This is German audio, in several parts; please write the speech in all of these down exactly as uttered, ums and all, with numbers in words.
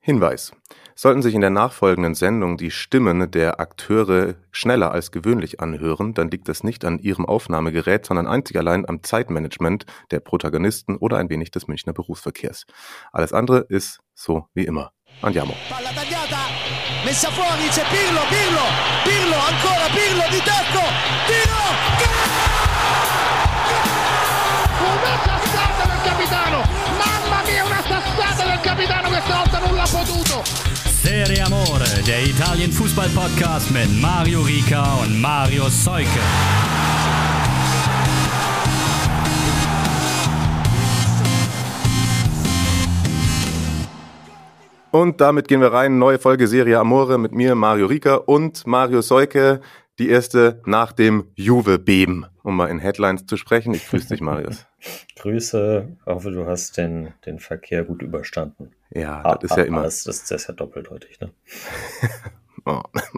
Hinweis: Sollten sich in der nachfolgenden Sendung die Stimmen der Akteure schneller als gewöhnlich anhören, dann liegt das nicht an ihrem Aufnahmegerät, sondern einzig allein am Zeitmanagement der Protagonisten oder ein wenig des Münchner Berufsverkehrs. Alles andere ist so wie immer. Andiamo. Palla tagliata, messa fuori, c'è Pirlo, Pirlo, Pirlo, ancora Pirlo di tacco, tiro, una sassata del capitano, mamma mia, una sassata del capitano, questa volta non l'ha potuto. Serie Amore, der Italien-Fußball-Podcast mit Mario Rica und Mario Seuke. Und damit gehen wir rein. Neue Folge Serie Amore mit mir, Mario Rica und Mario Seuke. Die erste nach dem Juve-Beben, um mal in Headlines zu sprechen. Ich grüße dich, Marius. Grüße, hoffe, du hast den, den Verkehr gut überstanden. Ja, ah, das ist ja ah, immer. Das, das, das ist ja doppeldeutig, ne? oh.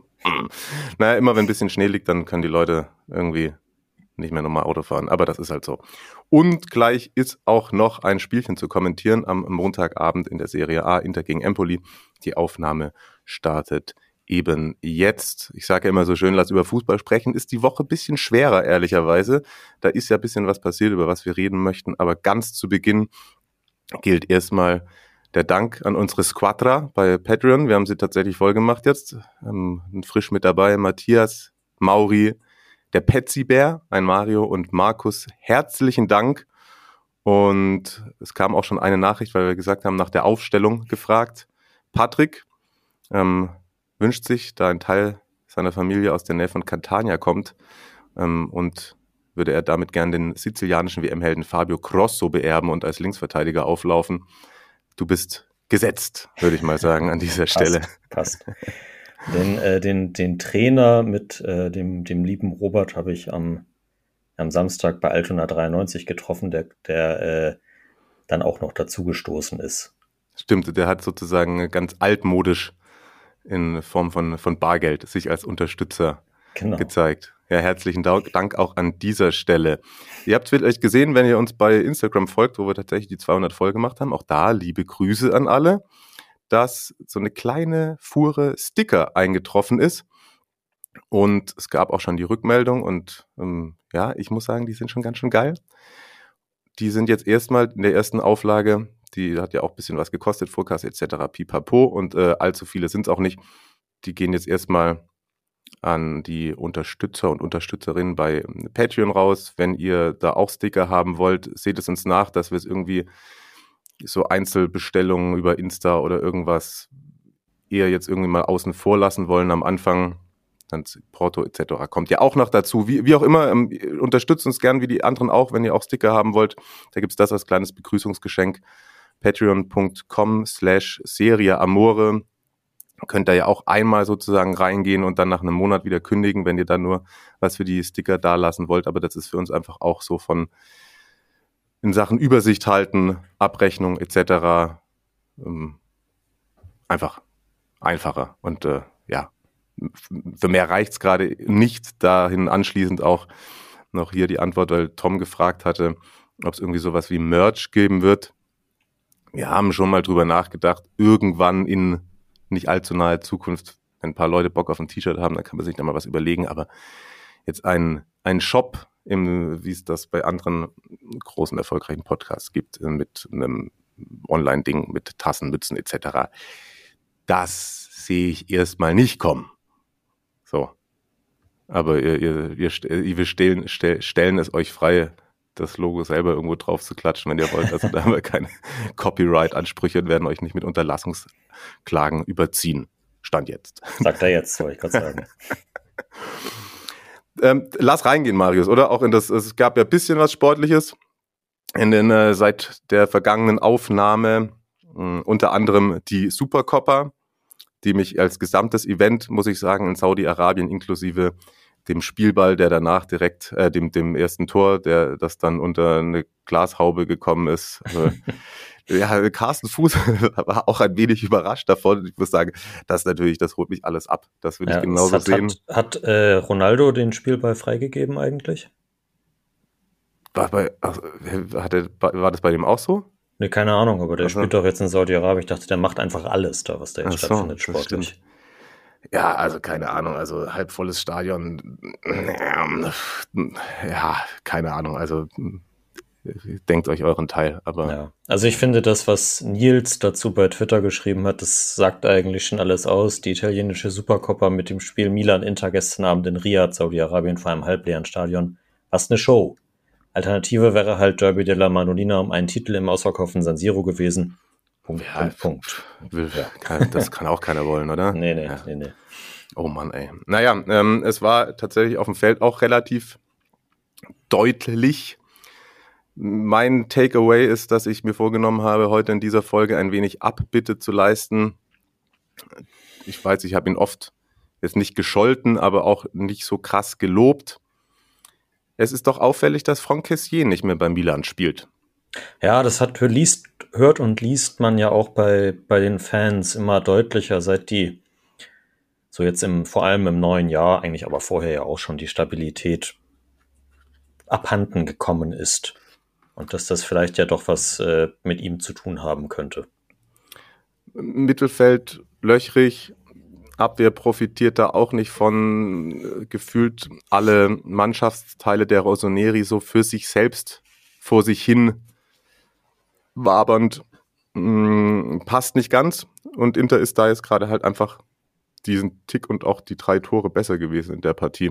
Naja, immer wenn ein bisschen Schnee liegt, dann können die Leute irgendwie nicht mehr normal Auto fahren. Aber das ist halt so. Und gleich ist auch noch ein Spielchen zu kommentieren am Montagabend in der Serie A, Inter gegen Empoli. Die Aufnahme startet eben jetzt. Ich sage ja immer so schön, lass über Fußball sprechen, ist die Woche ein bisschen schwerer, ehrlicherweise. Da ist ja ein bisschen was passiert, über was wir reden möchten. Aber ganz zu Beginn gilt erstmal der Dank an unsere Squadra bei Patreon. Wir haben sie tatsächlich voll gemacht jetzt. Ähm, frisch mit dabei Matthias, Mauri, der Petzi-Bär, ein Mario und Markus. Herzlichen Dank. Und es kam auch schon eine Nachricht, weil wir gesagt haben, nach der Aufstellung gefragt. Patrick ähm, wünscht sich, da ein Teil seiner Familie aus der Nähe von Catania kommt ähm, und würde er damit gern den sizilianischen W M-Helden Fabio Grosso beerben und als Linksverteidiger auflaufen. Du bist gesetzt, würde ich mal sagen, an dieser Stelle. Passt. Den, äh, den, den Trainer mit äh, dem, dem lieben Robert habe ich am, am Samstag bei Altona dreiundneunzig getroffen, der, der äh, dann auch noch dazugestoßen ist. Stimmt, der hat sozusagen ganz altmodisch in Form von, von Bargeld sich als Unterstützer genau. gezeigt. Ja, herzlichen Dank, Dank auch an dieser Stelle. Ihr habt es vielleicht gesehen, wenn ihr uns bei Instagram folgt, wo wir tatsächlich die zweihundert voll gemacht haben. Auch da liebe Grüße an alle, dass so eine kleine Fuhre Sticker eingetroffen ist. Und es gab auch schon die Rückmeldung und ähm, ja, ich muss sagen, die sind schon ganz schön geil. Die sind jetzt erstmal in der ersten Auflage, die hat ja auch ein bisschen was gekostet, Vorkasse et cetera, pipapo und äh, allzu viele sind es auch nicht. Die gehen jetzt erstmal an die Unterstützer und Unterstützerinnen bei Patreon raus. Wenn ihr da auch Sticker haben wollt, seht es uns nach, dass wir es irgendwie so Einzelbestellungen über Insta oder irgendwas eher jetzt irgendwie mal außen vor lassen wollen am Anfang. Dann Porto et cetera kommt ja auch noch dazu. Wie, wie auch immer, ähm, unterstützt uns gern wie die anderen auch, wenn ihr auch Sticker haben wollt. Da gibt es das als kleines Begrüßungsgeschenk. patreon.com slash Serie Amore. Könnt ihr ja auch einmal sozusagen reingehen und dann nach einem Monat wieder kündigen, wenn ihr dann nur was für die Sticker da lassen wollt. Aber das ist für uns einfach auch so von in Sachen Übersicht halten, Abrechnung et cetera. Ähm, einfach einfacher. Und äh, ja, für mehr reicht es gerade nicht. Dahin anschließend auch noch hier die Antwort, weil Tom gefragt hatte, ob es irgendwie sowas wie Merch geben wird. Wir haben schon mal drüber nachgedacht, irgendwann in nicht allzu nahe Zukunft, wenn ein paar Leute Bock auf ein T-Shirt haben, dann kann man sich da mal was überlegen. Aber jetzt ein, ein Shop, im, wie es das bei anderen großen, erfolgreichen Podcasts gibt, mit einem Online-Ding, mit Tassen, Mützen et cetera, das sehe ich erstmal nicht kommen. So. Aber ihr, ihr, ihr, wir stellen, stellen es euch frei, das Logo selber irgendwo drauf zu klatschen, wenn ihr wollt. Also da haben wir keine Copyright-Ansprüche und werden euch nicht mit Unterlassungsklagen überziehen. Stand jetzt. Sagt er jetzt, wollte ich gerade sagen. ähm, lass reingehen, Marius, oder? Auch in das, es gab ja ein bisschen was Sportliches in den, äh, seit der vergangenen Aufnahme, äh, unter anderem die Supercoppa, die mich als gesamtes Event, muss ich sagen, in Saudi-Arabien inklusive dem Spielball, der danach direkt, äh, dem, dem ersten Tor, der das dann unter eine Glashaube gekommen ist. Also, ja, Carsten Fuß war auch ein wenig überrascht davon. Ich muss sagen, das natürlich, das holt mich alles ab. Das will ja, ich genauso hat, sehen. Hat, hat äh, Ronaldo den Spielball freigegeben eigentlich? War, bei, also, hat er, war das bei dem auch so? Ne, keine Ahnung, aber der also, spielt doch jetzt in Saudi-Arabien. Ich dachte, der macht einfach alles da, was da jetzt so, stattfindet, sportlich. Ja, also keine Ahnung, also halbvolles Stadion, ja, keine Ahnung, also denkt euch euren Teil. Aber ja. Also ich finde, das, was Nils dazu bei Twitter geschrieben hat, das sagt eigentlich schon alles aus. Die italienische Supercoppa mit dem Spiel Milan-Inter gestern Abend in Riyadh, Saudi-Arabien, vor einem halbleeren Stadion. Was eine Show. Alternative wäre halt Derby della Madonnina um einen Titel im ausverkauften San Siro gewesen. Punkt, ja, Punkt, Punkt. Will, ja. kann, das kann auch keiner wollen, oder? Nee, nee, ja. nee, nee. Oh Mann, ey. Naja, ähm, es war tatsächlich auf dem Feld auch relativ deutlich. Mein Takeaway ist, dass ich mir vorgenommen habe, heute in dieser Folge ein wenig Abbitte zu leisten. Ich weiß, ich habe ihn oft jetzt nicht gescholten, aber auch nicht so krass gelobt. Es ist doch auffällig, dass Franck Kessié nicht mehr bei Milan spielt. Ja, das hat liest, hört und liest man ja auch bei, bei den Fans immer deutlicher, seit die, so jetzt im, vor allem im neuen Jahr, eigentlich aber vorher ja auch schon, die Stabilität abhanden gekommen ist. Und dass das vielleicht ja doch was äh, mit ihm zu tun haben könnte. Mittelfeld löchrig, Abwehr profitiert da auch nicht von, äh, gefühlt alle Mannschaftsteile der Rossoneri so für sich selbst vor sich hin wabernd. Mh, passt nicht ganz. Und Inter ist da jetzt gerade halt einfach diesen Tick und auch die drei Tore besser gewesen in der Partie.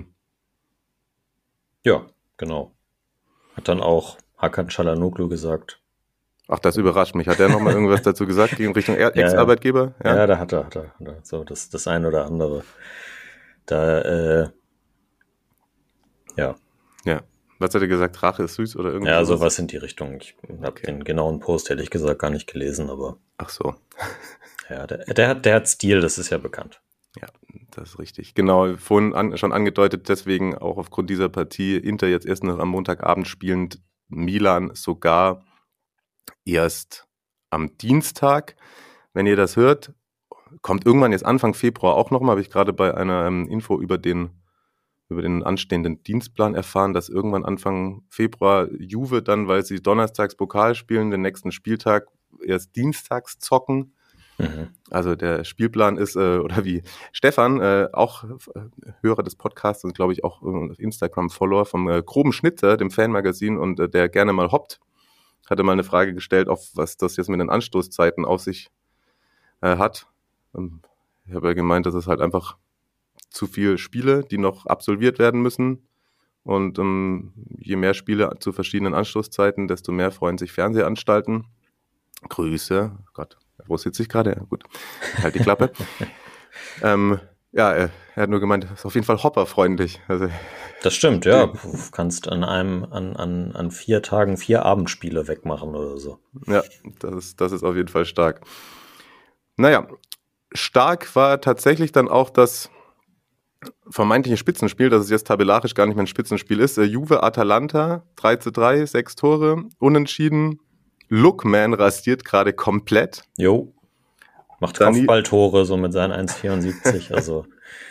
Ja, genau. Hat dann auch Hakan Çalhanoğlu gesagt. Ach, das überrascht mich. Hat er nochmal irgendwas dazu gesagt, in Richtung Ex-Arbeitgeber? Ja, ja. ja, da hat er, hat er, hat er. So, das, das eine oder andere. Da, äh, ja. Ja. Was hat er gesagt? Rache ist süß oder irgendwas? Ja, sowas in die Richtung. Ich habe okay. den genauen Post, ehrlich gesagt, gar nicht gelesen, aber. Ach so. Ja, der, der, hat, der hat Stil, das ist ja bekannt. Ja, das ist richtig. Genau, vorhin an, schon angedeutet, deswegen auch aufgrund dieser Partie Inter jetzt erst noch am Montagabend spielend, Milan sogar erst am Dienstag. Wenn ihr das hört, kommt irgendwann jetzt Anfang Februar auch nochmal, habe ich gerade bei einer ähm, Info über den, über den anstehenden Dienstplan erfahren, dass irgendwann Anfang Februar Juve dann, weil sie donnerstags Pokal spielen, den nächsten Spieltag erst dienstags zocken. Mhm. Also der Spielplan ist, äh, oder wie Stefan, äh, auch äh, Hörer des Podcasts und glaube ich auch äh, Instagram-Follower vom äh, Groben Schnitzer, dem Fanmagazin und äh, der gerne mal hoppt, hatte mal eine Frage gestellt, auf was das jetzt mit den Anstoßzeiten auf sich äh, hat. Und ich habe ja gemeint, dass es halt einfach zu viele Spiele, die noch absolviert werden müssen. Und ähm, je mehr Spiele zu verschiedenen Anstoßzeiten, desto mehr freuen sich Fernsehanstalten. Grüße, oh Gott. Wo sitze ich gerade? Ja, gut, halt die Klappe. ähm, ja, er, er hat nur gemeint, das ist auf jeden Fall hopperfreundlich. Also, das stimmt, ja. Du kannst an einem, an, an, an vier Tagen vier Abendspiele wegmachen oder so. Ja, das ist, das ist auf jeden Fall stark. Naja, stark war tatsächlich dann auch das vermeintliche Spitzenspiel, dass es jetzt tabellarisch gar nicht mehr ein Spitzenspiel ist. Juve Atalanta, drei zu drei, sechs Tore, unentschieden. Lookman rasiert gerade komplett. Jo. Macht Dani- Kopfballtore so mit seinen eins Komma vierundsiebzig. Also.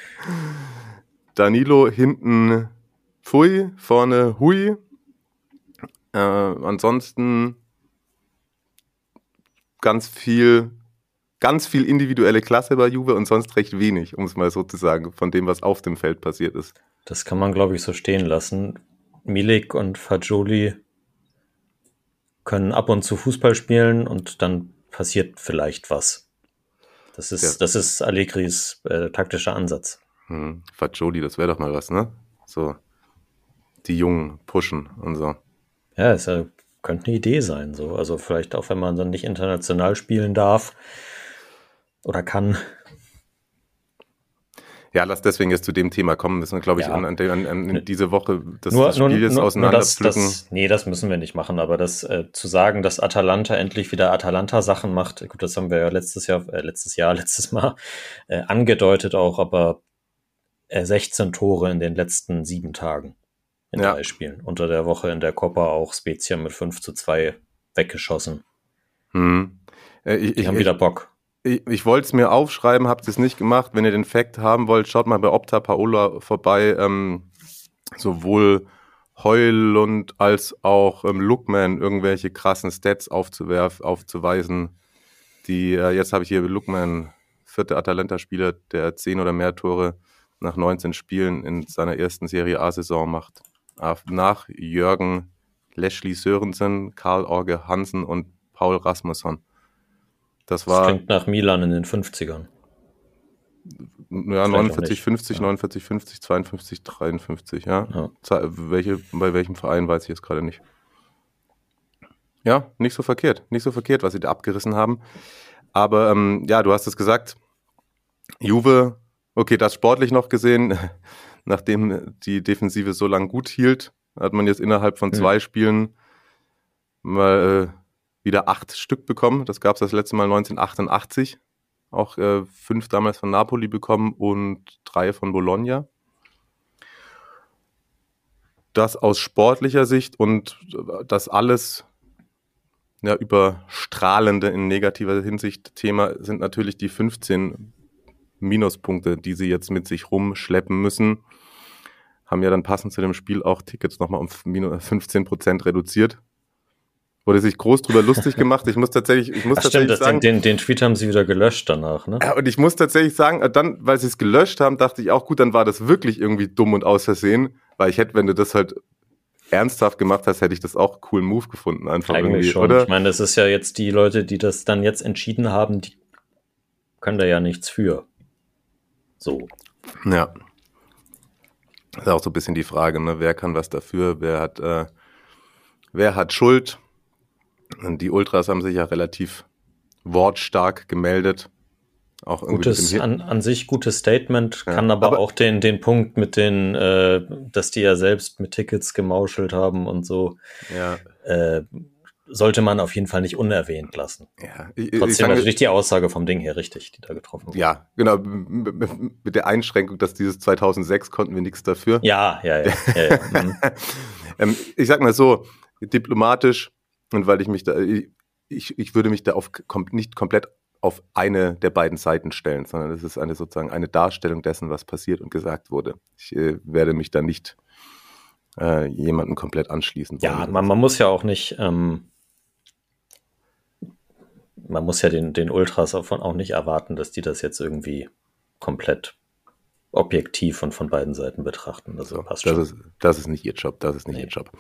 Danilo hinten Pfui, vorne Hui. Äh, ansonsten ganz viel, ganz viel individuelle Klasse bei Juve und sonst recht wenig, um es mal so zu sagen, von dem, was auf dem Feld passiert ist. Das kann man, glaube ich, so stehen lassen. Milik und Fagioli können ab und zu Fußball spielen und dann passiert vielleicht was. Das ist, ja. das ist Allegris äh, taktischer Ansatz. Hm, Fagioli, das wäre doch mal was, ne? So, die Jungen pushen und so. Ja, es äh, könnte eine Idee sein, so. Also vielleicht auch, wenn man dann nicht international spielen darf oder kann. Ja, lass deswegen jetzt zu dem Thema kommen. Müssen wir, glaube ich, ja. an, an, an, an diese Woche das, nur, das Spiel nur, jetzt nur, auseinanderpflücken. Nur das, das, nee, das müssen wir nicht machen. Aber das äh, zu sagen, dass Atalanta endlich wieder Atalanta-Sachen macht, gut, das haben wir ja letztes Jahr, äh, letztes Jahr, letztes Mal äh, angedeutet auch, aber äh, sechzehn Tore in den letzten sieben Tagen in ja. drei Spielen. Unter der Woche in der Coppa auch Spezia mit fünf zu zwei weggeschossen. Hm. Äh, ich, Die ich, haben wieder Bock. Ich, ich wollte es mir aufschreiben, habt es nicht gemacht. Wenn ihr den Fact haben wollt, schaut mal bei Opta Paola vorbei. Ähm, sowohl Højlund als auch ähm, Lookman irgendwelche krassen Stats aufzuwerfen, aufzuweisen, die, äh, jetzt habe ich hier Lookman, vierte Atalanta-Spieler, der zehn oder mehr Tore nach neunzehn Spielen in seiner ersten Serie A-Saison macht. Nach Jørgen Leslie Sørensen, Karl Orge Hansen und Paul Rasmussen. Das war. Das klingt nach Milan in den fünfzigern. Ja, neunundvierzig, fünfzig, ja. neunundvierzig, fünfzig, zweiundfünfzig, dreiundfünfzig, ja. ja. Welche, bei welchem Verein weiß ich jetzt gerade nicht. Ja, nicht so verkehrt. Nicht so verkehrt, was sie da abgerissen haben. Aber ähm, ja, du hast es gesagt. Juve, okay, das sportlich noch gesehen, nachdem die Defensive so lang gut hielt, hat man jetzt innerhalb von zwei mhm. Spielen mal äh, wieder acht Stück bekommen. Das gab es das letzte Mal neunzehnhundertachtundachtzig. Auch äh, fünf damals von Napoli bekommen und drei von Bologna. Das aus sportlicher Sicht und das alles ja, überstrahlende in negativer Hinsicht Thema sind natürlich die fünfzehn Minuspunkte, die sie jetzt mit sich rumschleppen müssen. Haben ja dann passend zu dem Spiel auch Tickets nochmal um fünfzehn Prozent reduziert. Wurde sich groß drüber lustig gemacht. Ich muss tatsächlich, ich muss Ach, tatsächlich stimmt, sagen, den, den Tweet haben sie wieder gelöscht danach, ne? Ja, und ich muss tatsächlich sagen, dann, weil sie es gelöscht haben, dachte ich auch, gut, dann war das wirklich irgendwie dumm und aus Versehen, weil ich hätte, wenn du das halt ernsthaft gemacht hast, hätte ich das auch einen coolen Move gefunden, einfach Eigentlich irgendwie, schon. oder? Ich meine, das ist ja jetzt die Leute, die das dann jetzt entschieden haben, die können da ja nichts für. So. Ja. Das ist auch so ein bisschen die Frage, ne? Wer kann was dafür? Wer hat, äh, wer hat Schuld? Und die Ultras haben sich ja relativ wortstark gemeldet. Auch gutes, an, an sich gutes Statement, ja, kann aber, aber auch den, den Punkt mit den, äh, dass die ja selbst mit Tickets gemauschelt haben und so, ja. äh, sollte man auf jeden Fall nicht unerwähnt lassen. Ja, ich, Trotzdem ich natürlich die Aussage vom Ding her richtig, die da getroffen wurde. Ja, genau, mit der Einschränkung, dass dieses zweitausendsechs konnten wir nichts dafür. Ja, ja, ja. ja, ja. Mhm. ähm, ich sag mal so, diplomatisch, und weil ich mich da, ich, ich würde mich da auf, kom, nicht komplett auf eine der beiden Seiten stellen, sondern es ist eine sozusagen eine Darstellung dessen, was passiert und gesagt wurde. Ich äh, werde mich da nicht äh, jemandem komplett anschließen. Ja, man, man muss ja auch nicht, ähm, man muss ja den, den Ultras davon auch nicht erwarten, dass die das jetzt irgendwie komplett objektiv und von beiden Seiten betrachten. Also so, passt das schon. Ist, das ist nicht ihr Job, das ist nicht nee. ihr Job.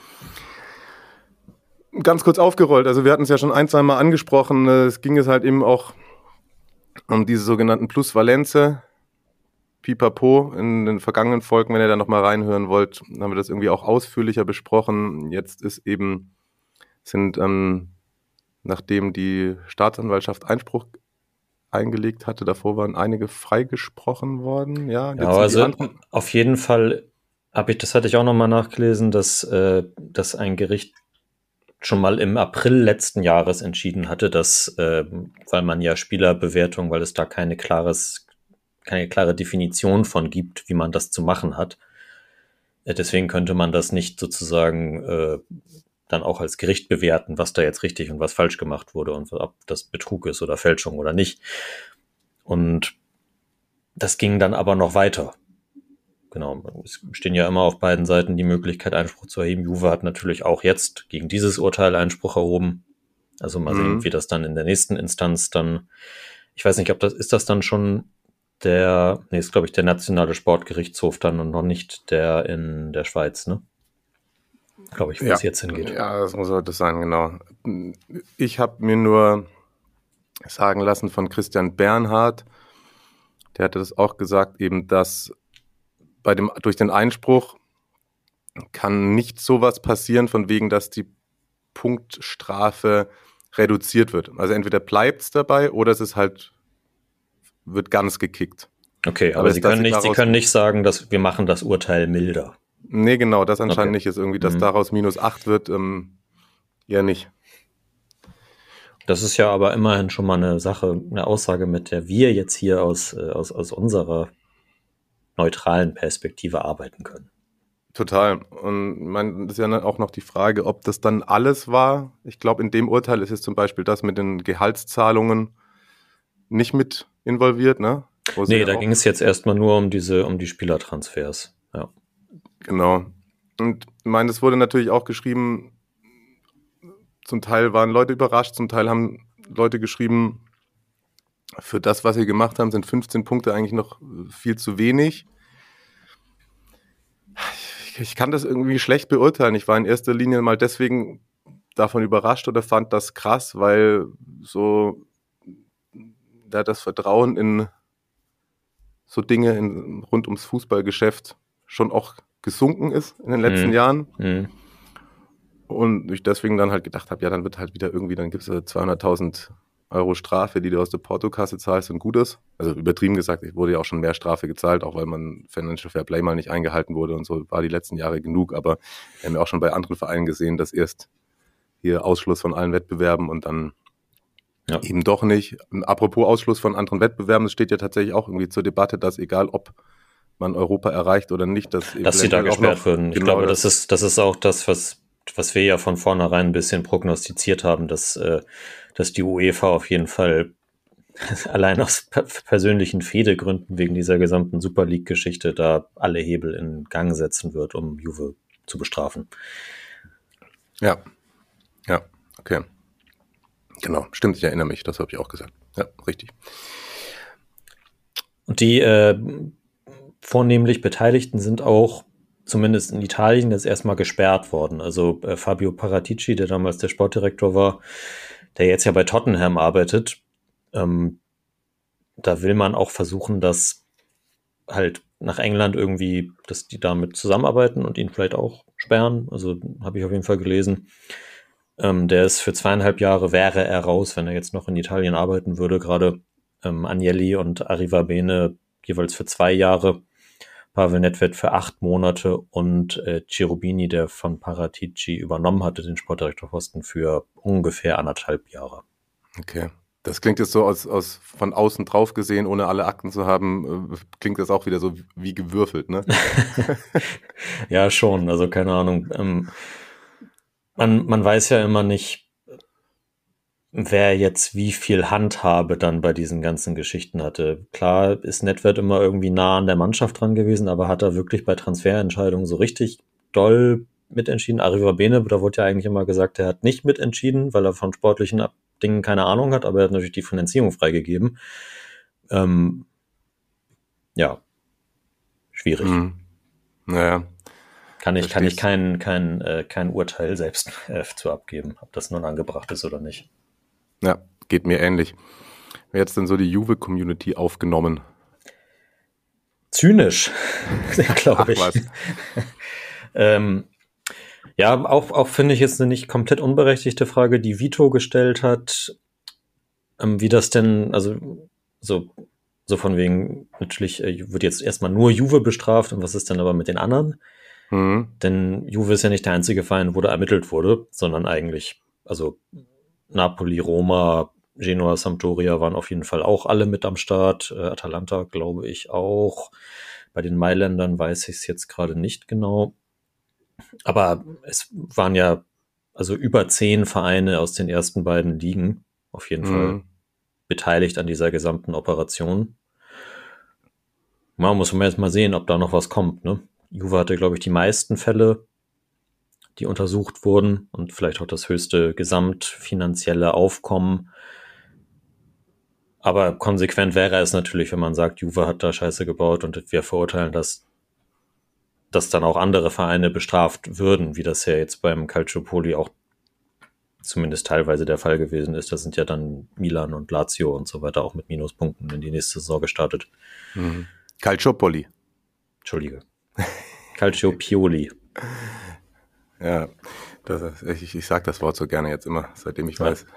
Ganz kurz aufgerollt, also wir hatten es ja schon ein, zwei Mal angesprochen, es ging es halt eben auch um diese sogenannten Plusvalenze, Pipapo, in den vergangenen Folgen, wenn ihr da nochmal reinhören wollt, haben wir das irgendwie auch ausführlicher besprochen. Jetzt ist eben, sind, ähm, nachdem die Staatsanwaltschaft Einspruch eingelegt hatte, davor waren einige freigesprochen worden, ja. Ja, also auf jeden Fall habe ich, das hatte ich auch nochmal nachgelesen, dass, äh, dass ein Gericht schon mal im April letzten Jahres entschieden hatte, dass, äh, weil man ja Spielerbewertung, weil es da keine klares, keine klare Definition von gibt, wie man das zu machen hat. Äh, deswegen könnte man das nicht sozusagen äh, dann auch als Gericht bewerten, was da jetzt richtig und was falsch gemacht wurde und ob das Betrug ist oder Fälschung oder nicht. Und das ging dann aber noch weiter. Genau, es stehen ja immer auf beiden Seiten die Möglichkeit, Einspruch zu erheben. Juve hat natürlich auch jetzt gegen dieses Urteil Einspruch erhoben. Also mal sehen, mhm. wie das dann in der nächsten Instanz dann, ich weiß nicht, ob das, ist das dann schon der, nee, ist glaube ich der nationale Sportgerichtshof dann und noch nicht der in der Schweiz, ne? Glaube ich, wo ja. es jetzt hingeht. Ja, das muss das sein, genau. Ich habe mir nur sagen lassen von Christian Bernhard, der hatte das auch gesagt, eben, dass bei dem, durch den Einspruch kann nicht sowas passieren, von wegen, dass die Punktstrafe reduziert wird. Also entweder bleibt es dabei oder es ist halt, wird ganz gekickt. Okay, aber, aber Sie, können nicht, Sie können nicht sagen, dass wir machen das Urteil milder. Nee, genau, das anscheinend okay. nicht ist irgendwie, dass mhm. daraus minus acht wird, ähm, ja nicht. Das ist ja aber immerhin schon mal eine Sache, eine Aussage, mit der wir jetzt hier aus, äh, aus, aus unserer neutralen Perspektive arbeiten können. Total. Und mein, das ist ja auch noch die Frage, ob das dann alles war. Ich glaube, in dem Urteil ist es zum Beispiel das mit den Gehaltszahlungen nicht mit involviert, ne? Nee, da ging es jetzt erstmal nur um diese, um die Spielertransfers. Ja. Genau. Und ich meine, es wurde natürlich auch geschrieben, zum Teil waren Leute überrascht, zum Teil haben Leute geschrieben, für das, was sie gemacht haben, sind fünfzehn Punkte eigentlich noch viel zu wenig. Ich, ich kann das irgendwie schlecht beurteilen. Ich war in erster Linie mal deswegen davon überrascht oder fand das krass, weil so da das Vertrauen in so Dinge in, rund ums Fußballgeschäft schon auch gesunken ist in den letzten mhm. Jahren. Mhm. Und ich deswegen dann halt gedacht habe, ja, dann wird halt wieder irgendwie, dann gibt es zweihunderttausend Euro Strafe, die du aus der Portokasse zahlst und gut ist. Also übertrieben gesagt, ich wurde ja auch schon mehr Strafe gezahlt, auch weil man Financial Fair Play mal nicht eingehalten wurde und so war die letzten Jahre genug. Aber wir haben ja auch schon bei anderen Vereinen gesehen, dass erst hier Ausschluss von allen Wettbewerben und dann ja. eben doch nicht. Apropos Ausschluss von anderen Wettbewerben, es steht ja tatsächlich auch irgendwie zur Debatte, dass egal ob man Europa erreicht oder nicht, dass, dass sie da gesperrt noch, würden. Ich genau glaube, das, das ist das ist auch das, was was wir ja von vornherein ein bisschen prognostiziert haben, dass, äh, dass die UEFA auf jeden Fall allein aus per- persönlichen Fehdegründen wegen dieser gesamten Super League-Geschichte da alle Hebel in Gang setzen wird, um Juve zu bestrafen. Ja, ja, okay. Genau, stimmt, ich erinnere mich, das habe ich auch gesagt. Ja, richtig. Und die äh, vornehmlich Beteiligten sind auch zumindest in Italien jetzt erstmal gesperrt worden. Also äh, Fabio Paratici, der damals der Sportdirektor war, der jetzt ja bei Tottenham arbeitet, ähm, da will man auch versuchen, dass halt nach England irgendwie, dass die damit zusammenarbeiten und ihn vielleicht auch sperren. Also habe ich auf jeden Fall gelesen. Ähm, der ist für zweieinhalb Jahre, wäre er raus, wenn er jetzt noch in Italien arbeiten würde. Gerade ähm, Agnelli und Arrivabene jeweils für zwei Jahre. Pavel Nedved für acht Monate und äh, Cherubini, der von Paratici übernommen hatte, den Sportdirektorposten für ungefähr anderthalb Jahre. Okay. Das klingt jetzt so aus, aus von außen drauf gesehen, ohne alle Akten zu haben, äh, klingt das auch wieder so wie gewürfelt, ne? Ja, schon. Also keine Ahnung. Ähm, man, man weiß ja immer nicht, wer jetzt wie viel Handhabe dann bei diesen ganzen Geschichten hatte. Klar ist Nedved immer irgendwie nah an der Mannschaft dran gewesen, aber hat er wirklich bei Transferentscheidungen so richtig doll mitentschieden? Arrivabene, da wurde ja eigentlich immer gesagt, er hat nicht mitentschieden, weil er von sportlichen Dingen keine Ahnung hat, aber er hat natürlich die Finanzierung freigegeben. Ähm, ja, schwierig. Hm. Naja. Kann ich, kann ich kein, kein, äh, kein Urteil selbst äh, zu abgeben, ob das nun angebracht ist oder nicht. Ja, geht mir ähnlich. Wer hat denn so die Juve-Community aufgenommen? Zynisch, glaube ich. Ach, was. ähm, ja, auch, auch finde ich jetzt eine nicht komplett unberechtigte Frage, die Vito gestellt hat, ähm, wie das denn, also so, so von wegen, natürlich äh, wird jetzt erstmal nur Juve bestraft und was ist denn aber mit den anderen? Mhm. Denn Juve ist ja nicht der einzige Verein, wo da ermittelt wurde, sondern eigentlich, also Napoli, Roma, Genoa, Sampdoria waren auf jeden Fall auch alle mit am Start. Äh, Atalanta, glaube ich, auch. Bei den Mailändern weiß ich es jetzt gerade nicht genau. Aber es waren ja also über zehn Vereine aus den ersten beiden Ligen auf jeden mhm. Fall beteiligt an dieser gesamten Operation. Man muss man jetzt mal sehen, ob da noch was kommt, ne? Juve hatte, glaube ich, die meisten Fälle, die untersucht wurden und vielleicht auch das höchste gesamtfinanzielle Aufkommen. Aber konsequent wäre es natürlich, wenn man sagt, Juve hat da Scheiße gebaut und wir verurteilen das, dass dann auch andere Vereine bestraft würden, wie das ja jetzt beim Calciopoli auch zumindest teilweise der Fall gewesen ist. Da sind ja dann Milan und Lazio und so weiter auch mit Minuspunkten in die nächste Saison gestartet. Mhm. Calciopoli. Entschuldige. Calciopioli. Ja, das, ich, ich sage das Wort so gerne jetzt immer, seitdem ich weiß.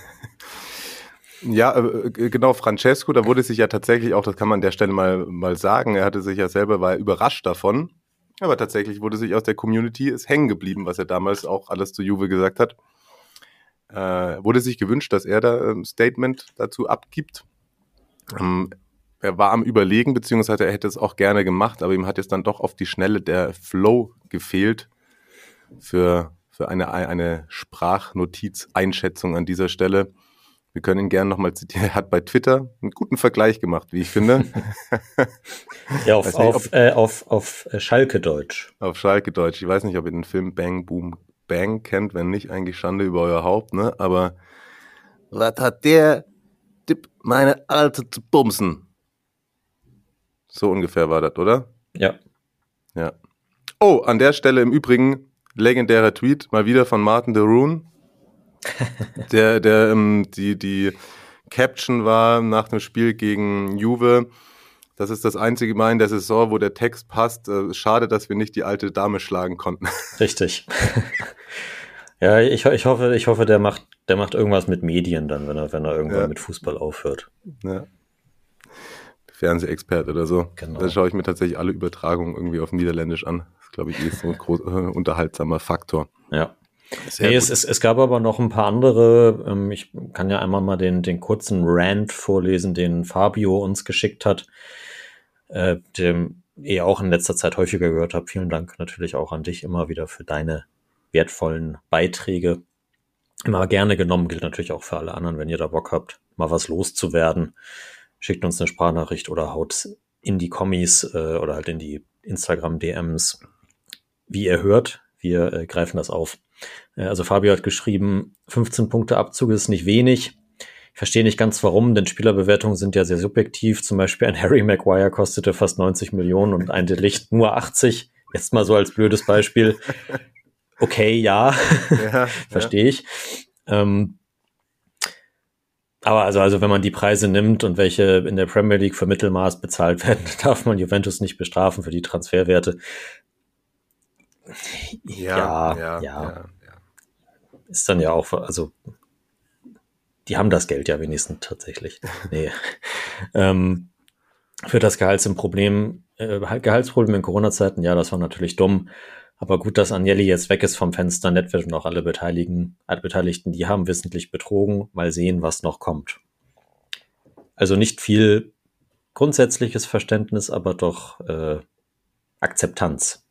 Ja, äh, genau, Francesco, da wurde sich ja tatsächlich auch, das kann man an der Stelle mal, mal sagen, er hatte sich ja selber, war überrascht davon, aber tatsächlich wurde sich aus der Community, ist hängen geblieben, was er damals auch alles zu Juve gesagt hat. Äh, wurde sich gewünscht, dass er da ein Statement dazu abgibt. Ähm, er war am Überlegen, beziehungsweise er hätte es auch gerne gemacht, aber ihm hat jetzt dann doch auf die Schnelle der Flow gefehlt, für, für eine, eine Sprachnotiz-Einschätzung an dieser Stelle. Wir können ihn gerne nochmal zitieren. Er hat bei Twitter einen guten Vergleich gemacht, wie ich finde. Ja, auf, nicht, auf, äh, auf, auf Schalke-Deutsch. Auf Schalke-Deutsch. Ich weiß nicht, ob ihr den Film Bang Boom Bang kennt. Wenn nicht, eigentlich Schande über euer Haupt, ne? Aber was hat der Tipp, meine Alte zu bumsen? So ungefähr war das, oder? Ja. Ja. Oh, an der Stelle im Übrigen legendärer Tweet, mal wieder von Martin de Roon. Der, der, ähm, die, die Caption war nach dem Spiel gegen Juve. Das ist das einzige Mal in der Saison, wo der Text passt. Äh, schade, dass wir nicht die alte Dame schlagen konnten. Richtig. Ja, ich, ich hoffe, ich hoffe, der macht, der macht irgendwas mit Medien dann, wenn er, wenn er irgendwann ja. mit Fußball aufhört. Ja. Fernsehexperte oder so. Genau. Da schaue ich mir tatsächlich alle Übertragungen irgendwie auf Niederländisch an. Das ist, glaube ich, eh so ein groß, äh, unterhaltsamer Faktor. Ja. Nee, es, es, es gab aber noch ein paar andere. Ähm, ich kann ja einmal mal den, den kurzen Rant vorlesen, den Fabio uns geschickt hat, äh, dem ihr auch in letzter Zeit häufiger gehört habt. Vielen Dank natürlich auch an dich immer wieder für deine wertvollen Beiträge. Immer gerne genommen, gilt natürlich auch für alle anderen, wenn ihr da Bock habt, mal was loszuwerden. Schickt uns eine Sprachnachricht oder haut in die Kommis äh, oder halt in die Instagram-D Ms, wie ihr hört. Wir äh, greifen das auf. Also Fabio hat geschrieben, fünfzehn Punkte Abzug ist nicht wenig. Ich verstehe nicht ganz warum, denn Spielerbewertungen sind ja sehr subjektiv. Zum Beispiel ein Harry Maguire kostete fast neunzig Millionen und ein De Ligt nur achtzig. Jetzt mal so als blödes Beispiel. Okay, ja, ja verstehe ja. ich. Ähm, aber also, also wenn man die Preise nimmt und welche in der Premier League für Mittelmaß bezahlt werden, darf man Juventus nicht bestrafen für die Transferwerte. Ja, ja, ja, ja, ja, ja. Ist dann ja auch, also die haben das Geld ja wenigstens tatsächlich. Nee. ähm, für das Gehaltsproblem, äh, Gehaltsproblem in Corona-Zeiten, ja, das war natürlich dumm. Aber gut, dass Agnelli jetzt weg ist vom Fenster, Nedved und auch alle Beteiligten, alle Beteiligten, die haben wissentlich betrogen. Mal sehen, was noch kommt. Also nicht viel grundsätzliches Verständnis, aber doch äh, Akzeptanz.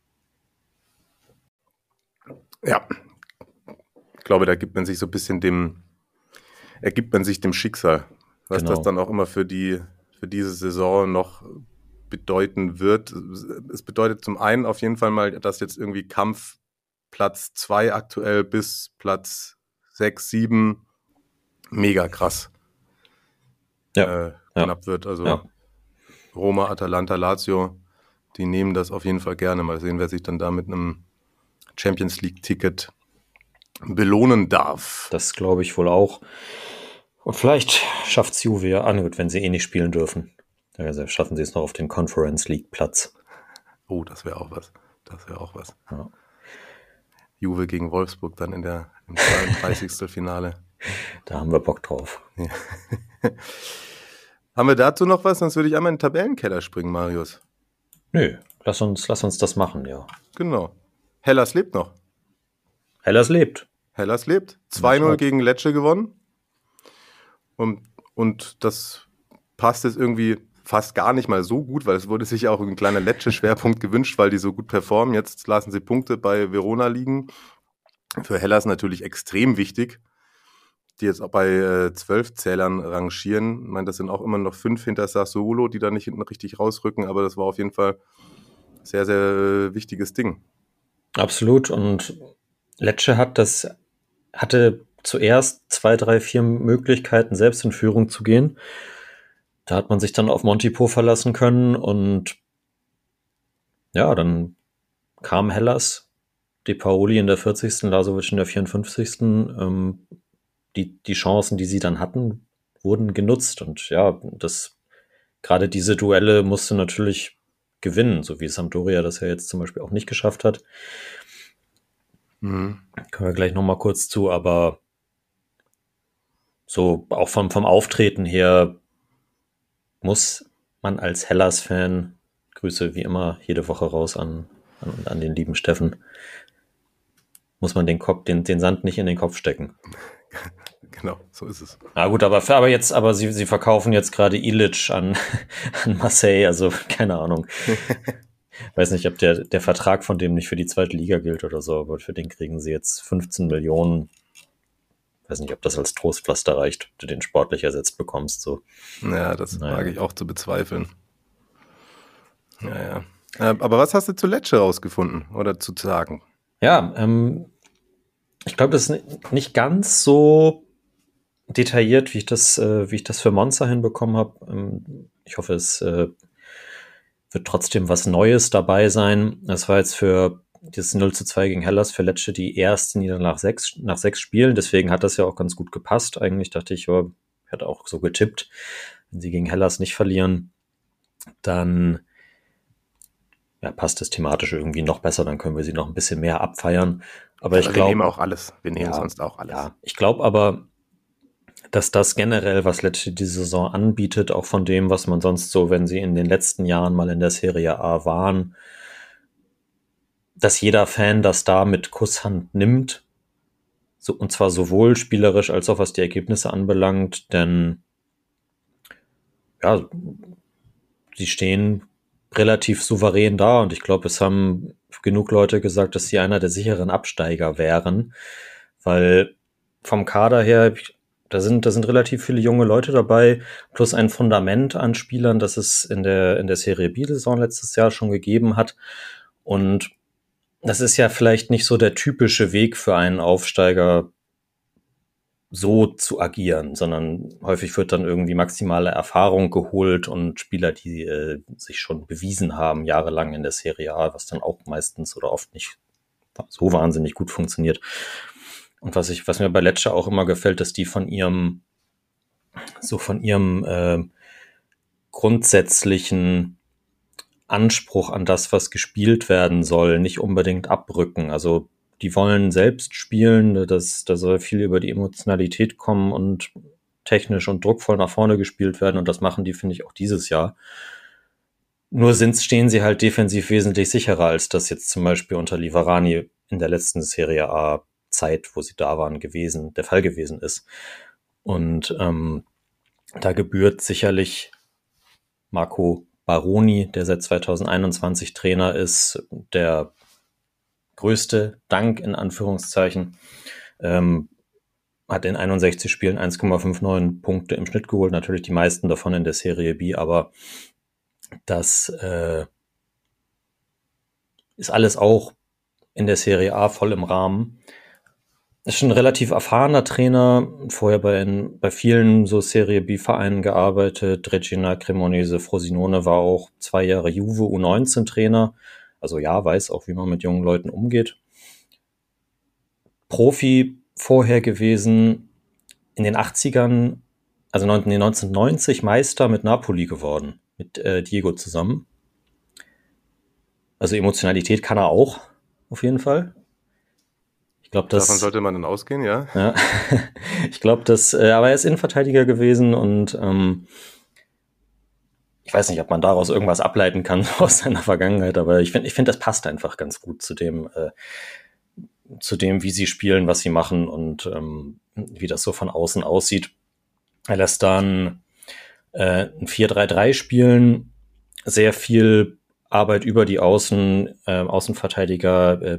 Ja, ich glaube, da gibt man sich so ein bisschen dem, ergibt man sich dem Schicksal, was genau. das dann auch immer für die, für diese Saison noch bedeuten wird. Es bedeutet zum einen auf jeden Fall mal, dass jetzt irgendwie Kampf Platz zwei aktuell bis Platz sechs, sieben mega krass ja. äh, knapp ja. wird. Also ja. Roma, Atalanta, Lazio, die nehmen das auf jeden Fall gerne. Mal sehen, wer sich dann da mit einem Champions League-Ticket belohnen darf. Das glaube ich wohl auch. Und vielleicht schafft es Juve ja an, gut, wenn sie eh nicht spielen dürfen. Also schaffen sie es noch auf den Conference League-Platz. Oh, das wäre auch was. Das wäre auch was. Ja. Juve gegen Wolfsburg dann in der im zweiunddreißigsten Finale. Da haben wir Bock drauf. Ja. Haben wir dazu noch was? Sonst würde ich einmal in den Tabellenkeller springen, Marius. Nö, lass uns, lass uns das machen, ja. Genau. Hellas lebt noch. Hellas lebt. Hellas lebt. zwei null gegen Lecce gewonnen. Und, und das passt jetzt irgendwie fast gar nicht mal so gut, weil es wurde sich ja auch ein kleiner Lecce-Schwerpunkt gewünscht, weil die so gut performen. Jetzt lassen sie Punkte bei Verona liegen. Für Hellas natürlich extrem wichtig, die jetzt auch bei äh, zwölf Zählern rangieren. Ich meine, das sind auch immer noch fünf hinter Sassuolo, die da nicht hinten richtig rausrücken, aber das war auf jeden Fall ein sehr, sehr äh, wichtiges Ding. Absolut, und Lecce hat das, hatte zuerst zwei, drei, vier Möglichkeiten, selbst in Führung zu gehen. Da hat man sich dann auf Montipo verlassen können und ja, dann kam Hellas, De Paoli in der vierzigsten Lazovic in der vierundfünfzigsten Ähm, die, die Chancen, die sie dann hatten, wurden genutzt und ja, das, gerade diese Duelle musste natürlich gewinnen, so wie Sampdoria das ja jetzt zum Beispiel auch nicht geschafft hat. Mhm. Kommen wir gleich nochmal kurz zu, aber so auch vom, vom Auftreten her muss man als Hellas-Fan, Grüße wie immer jede Woche raus an, an, an den lieben Steffen, muss man den, Kopf, den, den Sand nicht in den Kopf stecken. Genau, so ist es. Na gut, aber, aber jetzt, aber sie, sie verkaufen jetzt gerade Ilic an, an Marseille, also keine Ahnung. Weiß nicht, ob der, der Vertrag von dem nicht für die zweite Liga gilt oder so, aber für den kriegen sie jetzt fünfzehn Millionen. weiß nicht, ob das als Trostpflaster reicht, ob du den sportlich ersetzt bekommst. So. Ja, das naja. wage ich auch zu bezweifeln. Ja, ja. Aber was hast du zu Lecce rausgefunden oder zu sagen? Ja, ähm, ich glaube, das ist nicht ganz so detailliert, wie ich das, äh, wie ich das für Monza hinbekommen habe. Ähm, ich hoffe, es äh, wird trotzdem was Neues dabei sein. Das war jetzt für dieses null zu zwei gegen Hellas für Lecce die erste Niederlage nach sechs, nach sechs Spielen. Deswegen hat das ja auch ganz gut gepasst. Eigentlich dachte ich, ja, ich hatte auch so getippt, wenn sie gegen Hellas nicht verlieren, dann ja, passt das thematisch irgendwie noch besser. Dann können wir sie noch ein bisschen mehr abfeiern. Aber ja, ich glaube, wir nehmen auch alles. Wir nehmen ja, sonst auch alles. Ja, ich glaube aber, dass das generell, was Lecce diese Saison anbietet, auch von dem, was man sonst so, wenn sie in den letzten Jahren mal in der Serie A waren, dass jeder Fan das da mit Kusshand nimmt, so, und zwar sowohl spielerisch als auch was die Ergebnisse anbelangt, denn ja, sie stehen relativ souverän da und ich glaube, es haben genug Leute gesagt, dass sie einer der sicheren Absteiger wären, weil vom Kader her, da sind, da sind relativ viele junge Leute dabei, plus ein Fundament an Spielern, das es in der, in der Serie B-Saison letztes Jahr schon gegeben hat. Und das ist ja vielleicht nicht so der typische Weg für einen Aufsteiger, so zu agieren, sondern häufig wird dann irgendwie maximale Erfahrung geholt und Spieler, die äh, sich schon bewiesen haben, jahrelang in der Serie A, was dann auch meistens oder oft nicht so wahnsinnig gut funktioniert. Und was ich, was mir bei Lecce auch immer gefällt, dass die von ihrem, so von ihrem äh, grundsätzlichen Anspruch an das, was gespielt werden soll, nicht unbedingt abrücken. Also die wollen selbst spielen, das, da soll viel über die Emotionalität kommen und technisch und druckvoll nach vorne gespielt werden und das machen die, finde ich, auch dieses Jahr. Nur sind, stehen sie halt defensiv wesentlich sicherer, als das jetzt zum Beispiel unter Liverani in der letzten Serie A Zeit, wo sie da waren, gewesen, der Fall gewesen ist. Und ähm, da gebührt sicherlich Marco Baroni, der seit zwanzig einundzwanzig Trainer ist, der größte Dank in Anführungszeichen, ähm, hat in einundsechzig Spielen eins Komma neunundfünfzig Punkte im Schnitt geholt, natürlich die meisten davon in der Serie B, aber das äh, ist alles auch in der Serie A voll im Rahmen. Ist schon ein relativ erfahrener Trainer, vorher bei, in, bei vielen so Serie B-Vereinen gearbeitet. Regina Cremonese Frosinone war auch zwei Jahre Juve U neunzehn Trainer. Also ja, weiß auch, wie man mit jungen Leuten umgeht. Profi vorher gewesen, in den achtzigern, also neunzehnhundertneunzig Meister mit Napoli geworden, mit äh, Diego zusammen. Also Emotionalität kann er auch, auf jeden Fall. Ich glaube, das davon sollte man dann ausgehen, ja. ja ich glaube, das, äh, aber er ist Innenverteidiger gewesen und ähm, ich weiß nicht, ob man daraus irgendwas ableiten kann aus seiner Vergangenheit, aber ich finde, ich finde, das passt einfach ganz gut zu dem, äh, zu dem, wie sie spielen, was sie machen und ähm, wie das so von außen aussieht. Er lässt dann äh, ein vier drei drei spielen, sehr viel Arbeit über die Außen, äh, Außenverteidiger, äh,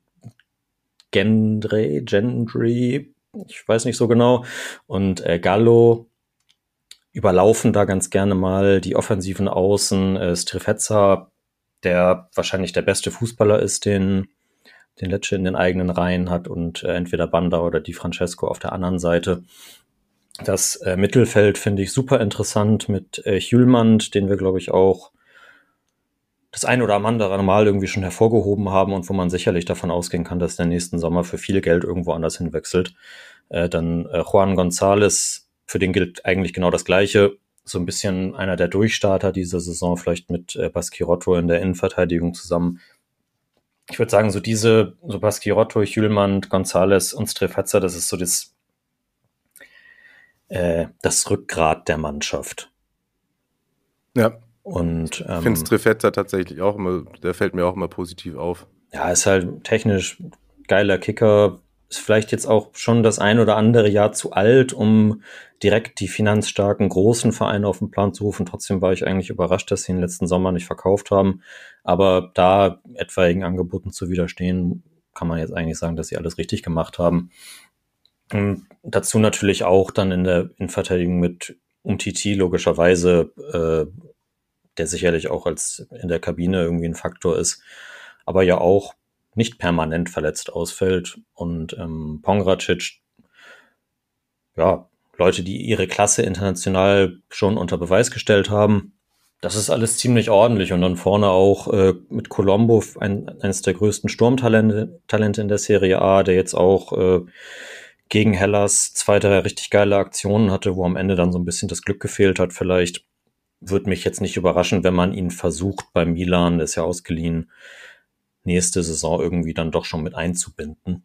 Gendry, Gendry, ich weiß nicht so genau, und äh, Gallo überlaufen da ganz gerne mal die offensiven Außen. Äh, Strefezza, der wahrscheinlich der beste Fußballer ist, den, den Lecce in den eigenen Reihen hat und äh, entweder Banda oder Di Francesco auf der anderen Seite. Das äh, Mittelfeld finde ich super interessant mit äh, Hjulmand, den wir, glaube ich, auch das ein oder andere Mal irgendwie schon hervorgehoben haben und wo man sicherlich davon ausgehen kann, dass der nächsten Sommer für viel Geld irgendwo anders hinwechselt. Äh, dann äh, Juan González, für den gilt eigentlich genau das Gleiche. So ein bisschen einer der Durchstarter dieser Saison, vielleicht mit äh, Baschirotto in der Innenverteidigung zusammen. Ich würde sagen, so diese, so Baschirotto, Hjulmand, González und Strefezza, das ist so das, äh, das Rückgrat der Mannschaft. Ja. Und, ähm, ich finde Strefezza tatsächlich auch immer, der fällt mir auch immer positiv auf. Ja, ist halt technisch geiler Kicker, ist vielleicht jetzt auch schon das ein oder andere Jahr zu alt, um direkt die finanzstarken großen Vereine auf den Plan zu rufen. Trotzdem war ich eigentlich überrascht, dass sie den letzten Sommer nicht verkauft haben. Aber da etwaigen Angeboten zu widerstehen, kann man jetzt eigentlich sagen, dass sie alles richtig gemacht haben. Und dazu natürlich auch dann in der Innenverteidigung mit Umtiti logischerweise, äh, der sicherlich auch als in der Kabine irgendwie ein Faktor ist, aber ja auch nicht permanent verletzt ausfällt. Und ähm, Pongracic, ja, Leute, die ihre Klasse international schon unter Beweis gestellt haben, das ist alles ziemlich ordentlich. Und dann vorne auch äh, mit Colombo, ein, eines der größten Sturmtalente Talente in der Serie A, der jetzt auch äh, gegen Hellas zwei, drei richtig geile Aktionen hatte, wo am Ende dann so ein bisschen das Glück gefehlt hat vielleicht. Würde mich jetzt nicht überraschen, wenn man ihn versucht bei Milan, der ist ja ausgeliehen, nächste Saison irgendwie dann doch schon mit einzubinden.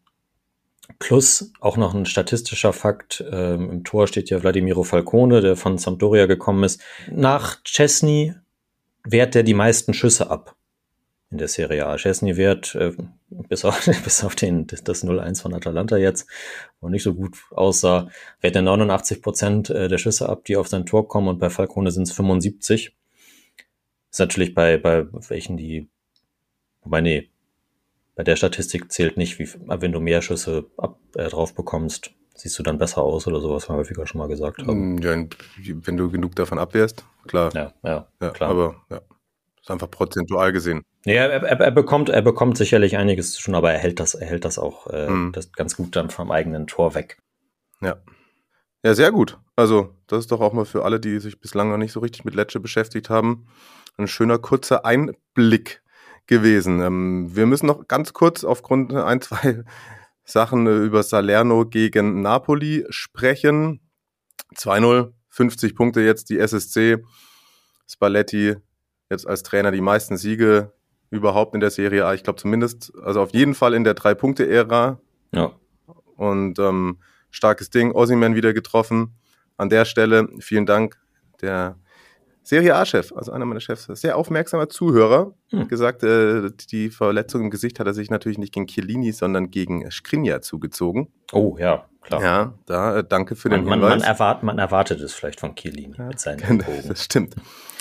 Plus auch noch ein statistischer Fakt, ähm, im Tor steht ja Vladimiro Falcone, der von Sampdoria gekommen ist. Nach Szczesny wehrt der die meisten Schüsse ab in der Serie A. Szczesny wehrt äh, bis auf, bis auf den, das null eins von Atalanta jetzt, wo nicht so gut aussah, wehrt er neunundachtzig Prozent der Schüsse ab, die auf sein Tor kommen, und bei Falcone sind es fünfundsiebzig. Ist natürlich bei, bei welchen die, wobei nee, bei der Statistik zählt nicht, wie, wenn du mehr Schüsse ab, äh, drauf bekommst, siehst du dann besser aus oder sowas, wir häufiger schon mal gesagt haben. Ja, wenn du genug davon abwehrst, klar. Ja, ja, ja klar. Aber ja, ist einfach prozentual gesehen. Ja, er, er, er bekommt, er bekommt sicherlich einiges schon, aber er hält das, er hält das auch äh, hm. das ganz gut dann vom eigenen Tor weg. Ja. Ja, sehr gut. Also, das ist doch auch mal für alle, die sich bislang noch nicht so richtig mit Lecce beschäftigt haben, ein schöner kurzer Einblick gewesen. Ähm, wir müssen noch ganz kurz aufgrund ein, zwei Sachen über Salerno gegen Napoli sprechen. zwei null, fünfzig Punkte jetzt die S S C. Spalletti jetzt als Trainer die meisten Siege überhaupt in der Serie A. Ich glaube zumindest, also auf jeden Fall in der Drei-Punkte-Ära. Ja. Und ähm, starkes Ding. Osimhen wieder getroffen. An der Stelle vielen Dank. Der Serie A-Chef, also einer meiner Chefs, sehr aufmerksamer Zuhörer, hm. hat gesagt, äh, die Verletzung im Gesicht hat er sich natürlich nicht gegen Chiellini, sondern gegen Skriniar zugezogen. Oh, ja, klar. Ja, da äh, danke für man, den man, Hinweis. Man, erwart, man erwartet es vielleicht von Chiellini ja, mit seinen Ellbogen. Das stimmt.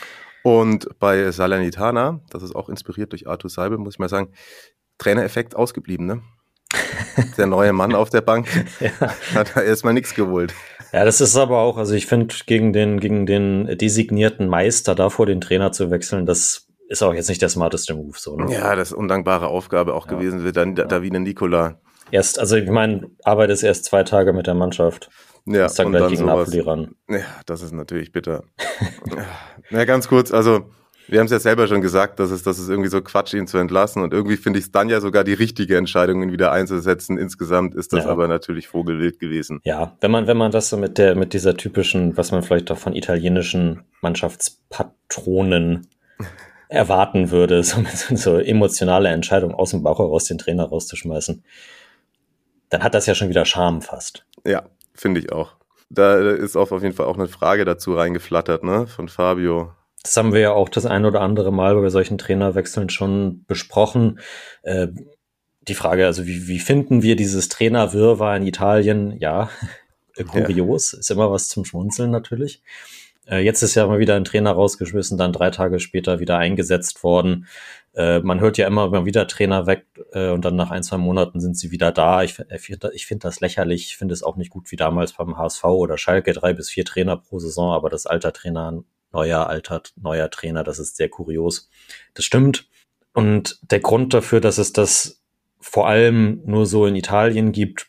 Und bei Salernitana, das ist auch inspiriert durch Arthur Seibel, muss ich mal sagen, Trainereffekt ausgeblieben, ne? Der neue Mann auf der Bank ja. hat da erstmal nichts geholt. Ja, das ist aber auch, also ich finde, gegen den, gegen den designierten Meister davor den Trainer zu wechseln, das ist auch jetzt nicht der smarteste Move, so, ne? Ja, das ist eine undankbare Aufgabe auch ja. gewesen für dann ja. Davide Nicola. Erst, also ich meine, arbeitest erst zwei Tage mit der Mannschaft. Ja, ist dann und gleich dann gegen sowas. Napoli ran. Ja, das ist natürlich bitter. Na, ganz kurz, also wir haben es ja selber schon gesagt, dass es, dass es irgendwie so Quatsch, ihn zu entlassen, und irgendwie finde ich es dann ja sogar die richtige Entscheidung, ihn wieder einzusetzen. Insgesamt ist das ja. aber natürlich vogelwild gewesen. Ja, wenn man, wenn man das so mit der, mit dieser typischen, was man vielleicht auch von italienischen Mannschaftspatronen erwarten würde, so, so emotionale Entscheidung aus dem Bauch heraus den Trainer rauszuschmeißen, dann hat das ja schon wieder Charme fast. Ja, finde ich auch. Da ist auf jeden Fall auch eine Frage dazu reingeflattert, ne, von Fabio. Das haben wir ja auch das ein oder andere Mal bei solchen Trainerwechseln schon besprochen. Äh, die Frage, also wie, wie finden wir dieses Trainerwirrwarr in Italien? Ja, kurios, ja. Ist immer was zum Schmunzeln natürlich. Äh, jetzt ist ja mal wieder ein Trainer rausgeschmissen, dann drei Tage später wieder eingesetzt worden. Äh, man hört ja immer mal wieder Trainer weg äh, und dann nach ein, zwei Monaten sind sie wieder da. Ich, ich finde das lächerlich. Ich finde es auch nicht gut wie damals beim H S V oder Schalke, drei bis vier Trainer pro Saison, aber das alter Trainer, neuer, alter, neuer Trainer, das ist sehr kurios. Das stimmt. Und der Grund dafür, dass es das vor allem nur so in Italien gibt,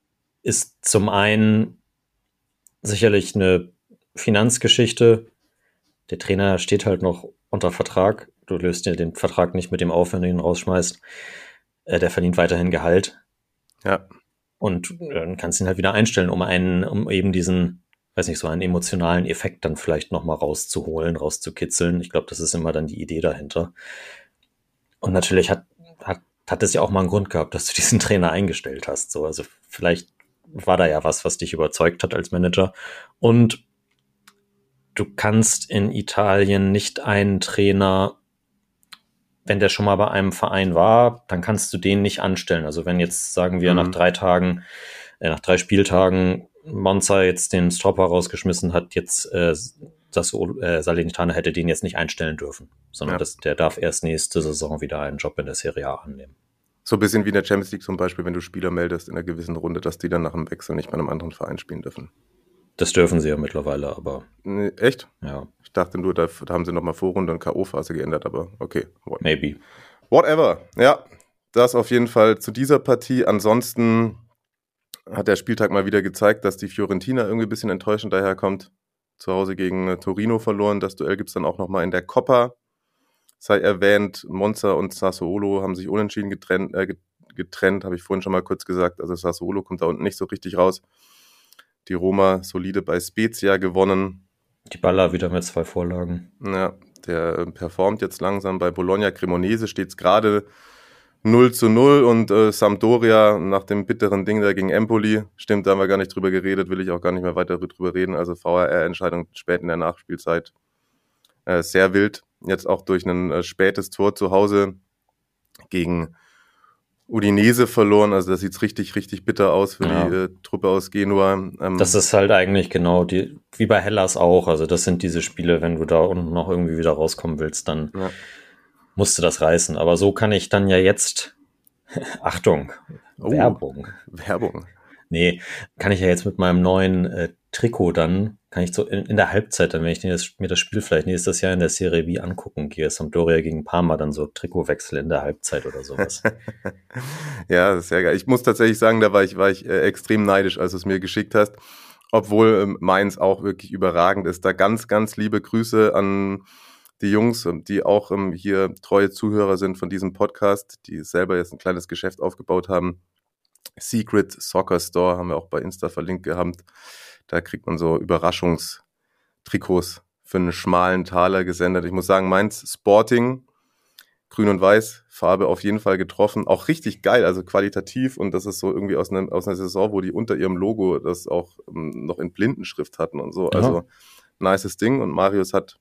ist zum einen sicherlich eine Finanzgeschichte. Der Trainer steht halt noch unter Vertrag. Du löst dir den Vertrag nicht mit dem auf, wenn du ihn rausschmeißt. Äh, der verdient weiterhin Gehalt. Ja. Und dann kannst du ihn halt wieder einstellen, um einen, um eben diesen, weiß nicht, so einen emotionalen Effekt dann vielleicht nochmal rauszuholen, rauszukitzeln. Ich glaube, das ist immer dann die Idee dahinter. Und natürlich hat, hat, hat es ja auch mal einen Grund gehabt, dass du diesen Trainer eingestellt hast. So, also vielleicht war da ja was, was dich überzeugt hat als Manager. Und du kannst in Italien nicht einen Trainer, wenn der schon mal bei einem Verein war, dann kannst du den nicht anstellen. Also wenn jetzt, sagen wir, mhm. nach drei Tagen, äh, nach drei Spieltagen Monza jetzt den Stropper rausgeschmissen hat, jetzt äh, das äh, Salernitana hätte den jetzt nicht einstellen dürfen, sondern ja. das, der darf erst nächste Saison wieder einen Job in der Serie A annehmen. So ein bisschen wie in der Champions League zum Beispiel, wenn du Spieler meldest in einer gewissen Runde, dass die dann nach dem Wechsel nicht bei einem anderen Verein spielen dürfen. Das dürfen sie ja mittlerweile, aber... Nee, echt? Ja. Ich dachte nur, da, da haben sie nochmal Vorrunde und K O-Phase geändert, aber okay. What? Maybe. Whatever. Ja, das auf jeden Fall zu dieser Partie. Ansonsten hat der Spieltag mal wieder gezeigt, dass die Fiorentina irgendwie ein bisschen enttäuschend daherkommt. Zu Hause gegen Torino verloren. Das Duell gibt es dann auch nochmal in der Coppa. Sei erwähnt, Monza und Sassuolo haben sich unentschieden getrennt, äh, getrennt, habe ich vorhin schon mal kurz gesagt. Also Sassuolo kommt da unten nicht so richtig raus. Die Roma solide bei Spezia gewonnen. Die Baller wieder mit zwei Vorlagen. Ja, der performt jetzt langsam. Bei Bologna Cremonese steht es gerade null zu null und äh, Sampdoria nach dem bitteren Ding da gegen Empoli, stimmt, da haben wir gar nicht drüber geredet, will ich auch gar nicht mehr weiter drüber reden. Also V A R-Entscheidung spät in der Nachspielzeit. Äh, sehr wild. Jetzt auch durch ein äh, spätes Tor zu Hause gegen Udinese verloren, also das sieht richtig, richtig bitter aus für ja. die äh, Truppe aus Genua. Ähm, das ist halt eigentlich genau die, wie bei Hellas auch, also das sind diese Spiele, wenn du da unten noch irgendwie wieder rauskommen willst, dann ja. musst du das reißen. Aber so kann ich dann ja jetzt, Achtung, oh, Werbung. Werbung. Nee, kann ich ja jetzt mit meinem neuen äh, Trikot dann, kann ich so in, in der Halbzeit, dann wenn ich das, mir das Spiel vielleicht nächstes Jahr in der Serie B angucken gehe, Sampdoria gegen Parma, dann so Trikotwechsel in der Halbzeit oder sowas. Ja, das ist sehr geil. Ich muss tatsächlich sagen, da war ich, war ich äh, extrem neidisch, als du es mir geschickt hast, obwohl ähm, meins auch wirklich überragend ist. Da ganz, ganz liebe Grüße an die Jungs, die auch ähm, hier treue Zuhörer sind von diesem Podcast, die selber jetzt ein kleines Geschäft aufgebaut haben. Secret Soccer Store haben wir auch bei Insta verlinkt gehabt. Da kriegt man so Überraschungstrikots für einen schmalen Taler gesendet. Ich muss sagen, meins Sporting, grün und weiß, Farbe auf jeden Fall getroffen. Auch richtig geil, also qualitativ. Und das ist so irgendwie aus einer, aus einer Saison, wo die unter ihrem Logo das auch um, noch in Blindenschrift hatten und so. Also ja. Nices Ding. Und Marius hat,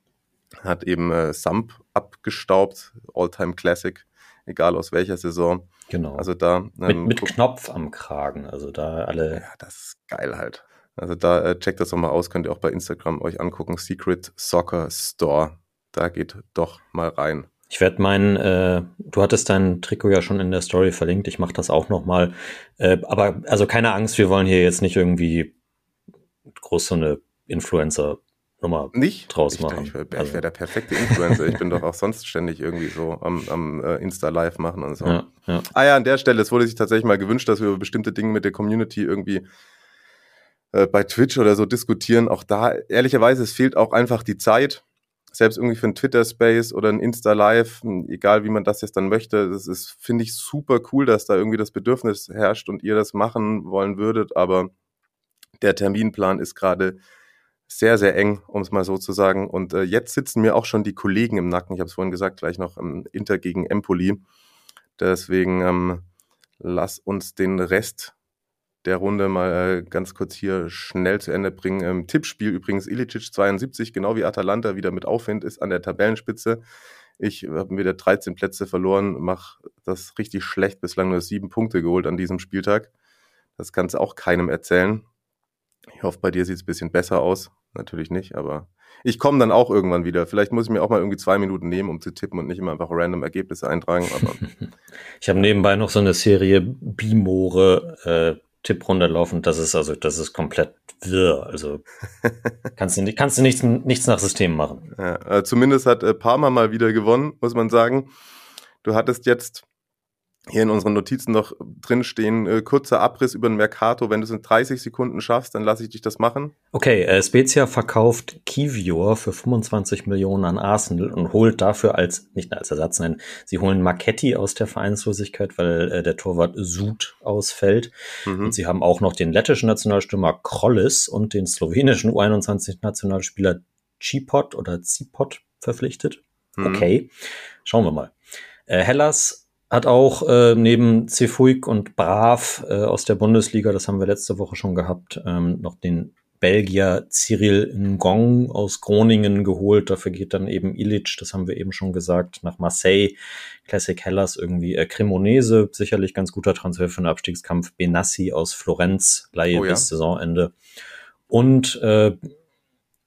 hat eben äh, Samp abgestaubt, All-Time Classic, egal aus welcher Saison. Genau. Also da ähm, mit, mit Knopf am Kragen, also da alle. Ja, das ist geil halt. Also da äh, checkt das doch mal aus, könnt ihr auch bei Instagram euch angucken. Secret Soccer Store. Da geht doch mal rein. Ich werde meinen, äh, du hattest dein Trikot ja schon in der Story verlinkt, ich mache das auch nochmal. Äh, aber also keine Angst, wir wollen hier jetzt nicht irgendwie groß so eine Influencer Nummer nicht draus machen. Ich, ich wäre wär der perfekte Influencer. Ich bin doch auch sonst ständig irgendwie so am, am äh, Insta-Live machen und so. Ja, ja. Ah ja, an der Stelle, es wurde sich tatsächlich mal gewünscht, dass wir über bestimmte Dinge mit der Community irgendwie äh, bei Twitch oder so diskutieren. Auch da, ehrlicherweise, es fehlt auch einfach die Zeit. Selbst irgendwie für einen Twitter-Space oder ein Insta-Live, egal wie man das jetzt dann möchte, das ist, finde ich, super cool, dass da irgendwie das Bedürfnis herrscht und ihr das machen wollen würdet, aber der Terminplan ist gerade sehr, sehr eng, um es mal so zu sagen. Und äh, jetzt sitzen mir auch schon die Kollegen im Nacken. Ich habe es vorhin gesagt, gleich noch ähm, Inter gegen Empoli. Deswegen ähm, lass uns den Rest der Runde mal äh, ganz kurz hier schnell zu Ende bringen. Im Tippspiel übrigens Ilicic zweiundsiebzig, genau wie Atalanta, wieder mit Aufwind, ist an der Tabellenspitze. Ich habe wieder dreizehn Plätze verloren, mache das richtig schlecht, bislang nur sieben Punkte geholt an diesem Spieltag. Das kannst du auch keinem erzählen. Ich hoffe, bei dir sieht es ein bisschen besser aus. Natürlich nicht, aber ich komme dann auch irgendwann wieder. Vielleicht muss ich mir auch mal irgendwie zwei Minuten nehmen, um zu tippen und nicht immer einfach random Ergebnisse eintragen. Aber ich habe nebenbei noch so eine Serie Bimore äh, Tipprunde laufen. Das ist also, das ist komplett wirr. Also kannst du nicht, kannst du nichts, nichts nach System machen. Ja, äh, zumindest hat äh, Parma mal wieder gewonnen, muss man sagen. Du hattest jetzt hier in unseren Notizen noch drinstehen, äh, kurzer Abriss über den Mercato. Wenn du es in dreißig Sekunden schaffst, dann lasse ich dich das machen. Okay, äh, Spezia verkauft Kiwior für fünfundzwanzig Millionen an Arsenal und holt dafür als, nicht als Ersatz, nein, sie holen Marchetti aus der Vereinslosigkeit, weil äh, der Torwart Sud ausfällt. Mhm. Und sie haben auch noch den lettischen Nationalstürmer Krollis und den slowenischen U einundzwanzig-Nationalspieler Cipot oder Cipot verpflichtet. Mhm. Okay, schauen wir mal. Äh, Hellas hat auch äh, neben Cefuig und Brav äh, aus der Bundesliga, das haben wir letzte Woche schon gehabt, ähm, noch den Belgier Cyril Ngong aus Groningen geholt. Dafür geht dann eben Ilic, das haben wir eben schon gesagt, nach Marseille. Classic Hellas irgendwie. Äh, Cremonese, sicherlich ganz guter Transfer für den Abstiegskampf. Benassi aus Florenz, Leihe oh ja. bis Saisonende. Und äh,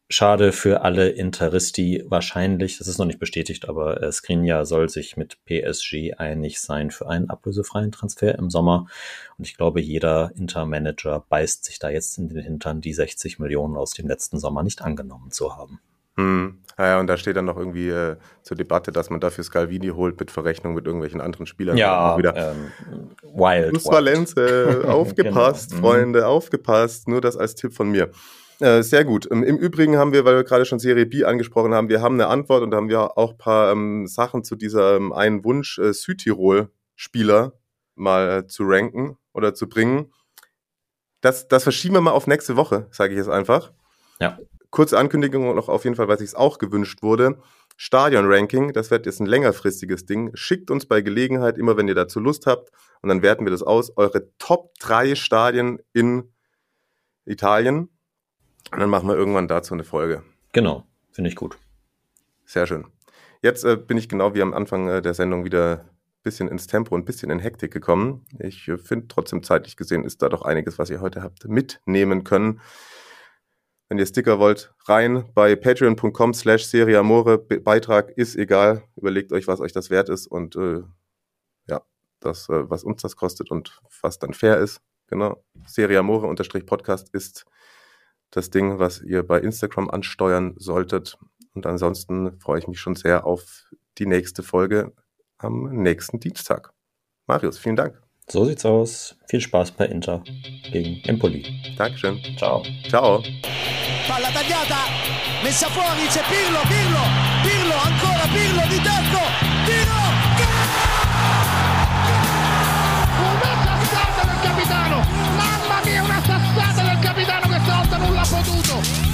schade für alle Interisti wahrscheinlich, das ist noch nicht bestätigt, aber äh, Skriniar soll sich mit P S G einig sein für einen ablösefreien Transfer im Sommer. Und ich glaube, jeder Inter-Manager beißt sich da jetzt in den Hintern, die sechzig Millionen aus dem letzten Sommer nicht angenommen zu haben. Hm. Ja, und da steht dann noch irgendwie äh, zur Debatte, dass man dafür Scalvini holt mit Verrechnung mit irgendwelchen anderen Spielern. Ja, wieder. Ähm, wild. Plus Valenz, äh, aufgepasst, genau. Freunde, mhm. aufgepasst. Nur das als Tipp von mir. Äh, sehr gut. Im Übrigen haben wir, weil wir gerade schon Serie B angesprochen haben, wir haben eine Antwort und da haben wir auch ein paar ähm, Sachen zu dieser ähm, einen Wunsch, äh, Südtirol-Spieler mal äh, zu ranken oder zu bringen. Das, das verschieben wir mal auf nächste Woche, sage ich jetzt einfach. Ja. Kurze Ankündigung noch auf jeden Fall, weil sich es auch gewünscht wurde. Stadion-Ranking, das wird jetzt ein längerfristiges Ding. Schickt uns bei Gelegenheit, immer wenn ihr dazu Lust habt, und dann werten wir das aus, eure Top drei Stadien in Italien. Und dann machen wir irgendwann dazu eine Folge. Genau, finde ich gut. Sehr schön. Jetzt äh, bin ich genau wie am Anfang äh, der Sendung wieder ein bisschen ins Tempo und ein bisschen in Hektik gekommen. Ich äh, finde trotzdem zeitlich gesehen ist da doch einiges, was ihr heute habt mitnehmen können. Wenn ihr Sticker wollt, rein bei patreon.com slash serieamore. Beitrag ist egal. Überlegt euch, was euch das wert ist und äh, ja, das, äh, was uns das kostet und was dann fair ist. Genau. Serieamore-Podcast ist das Ding, was ihr bei Instagram ansteuern solltet. Und ansonsten freue ich mich schon sehr auf die nächste Folge am nächsten Dienstag. Marius, vielen Dank. So sieht's aus. Viel Spaß bei Inter gegen Empoli. Dankeschön. Ciao. Ciao. Palla tagliata, messa fuori, c'è Pirlo, Pirlo, Pirlo, ancora Pirlo di tacco, tiro, Una sassata del capitano, mamma mia, una sassata del capitano che stavolta non l'ha potuto.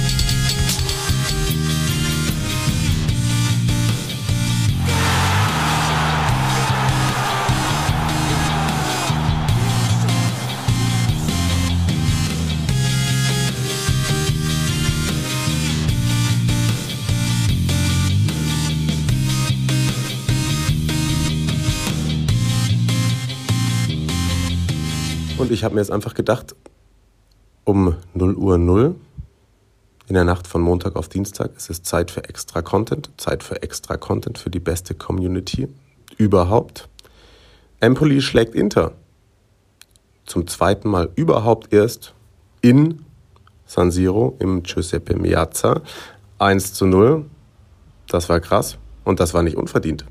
Und ich habe mir jetzt einfach gedacht, um null Uhr null in der Nacht von Montag auf Dienstag ist es Zeit für extra Content, Zeit für extra Content für die beste Community überhaupt. Empoli schlägt Inter. Zum zweiten Mal überhaupt erst in San Siro im Giuseppe Meazza. eins zu null. Das war krass und das war nicht unverdient.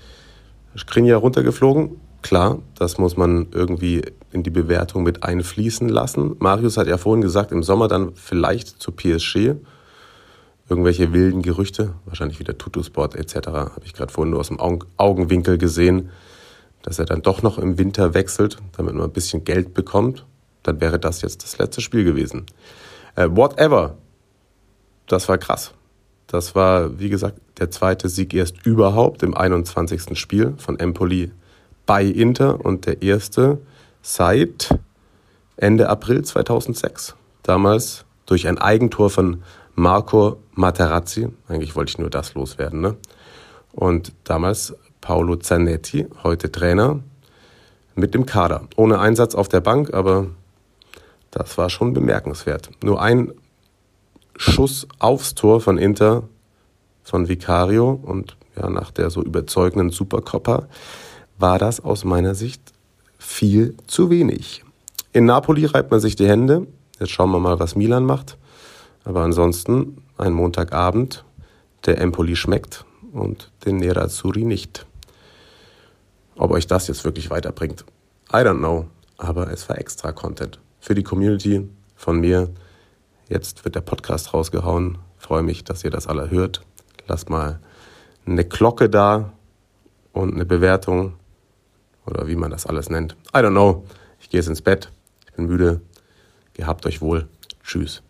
Skriniar runtergeflogen. Klar, das muss man irgendwie in die Bewertung mit einfließen lassen. Marius hat ja vorhin gesagt, im Sommer dann vielleicht zu P S G. Irgendwelche wilden Gerüchte, wahrscheinlich wieder Tuttosport et cetera, habe ich gerade vorhin nur aus dem Augenwinkel gesehen, dass er dann doch noch im Winter wechselt, damit man ein bisschen Geld bekommt. Dann wäre das jetzt das letzte Spiel gewesen. Äh, whatever, das war krass. Das war, wie gesagt, der zweite Sieg erst überhaupt im einundzwanzigsten Spiel von Empoli bei Inter und der erste seit Ende April zweitausendsechs. Damals durch ein Eigentor von Marco Materazzi. Eigentlich wollte ich nur das loswerden, ne? Und damals Paolo Zanetti, heute Trainer, mit dem Kader. Ohne Einsatz auf der Bank, aber das war schon bemerkenswert. Nur ein Schuss aufs Tor von Inter, von Vicario und ja, nach der so überzeugenden Supercoppa war das aus meiner Sicht viel zu wenig. In Napoli reibt man sich die Hände. Jetzt schauen wir mal, was Milan macht. Aber ansonsten ein Montagabend, der Empoli schmeckt und den Nerazzurri nicht. Ob euch das jetzt wirklich weiterbringt, I don't know. Aber es war extra Content für die Community von mir. Jetzt wird der Podcast rausgehauen. Freue mich, dass ihr das alle hört. Lasst mal eine Glocke da und eine Bewertung. Oder wie man das alles nennt. I don't know. Ich gehe jetzt ins Bett. Ich bin müde. Gehabt euch wohl. Tschüss.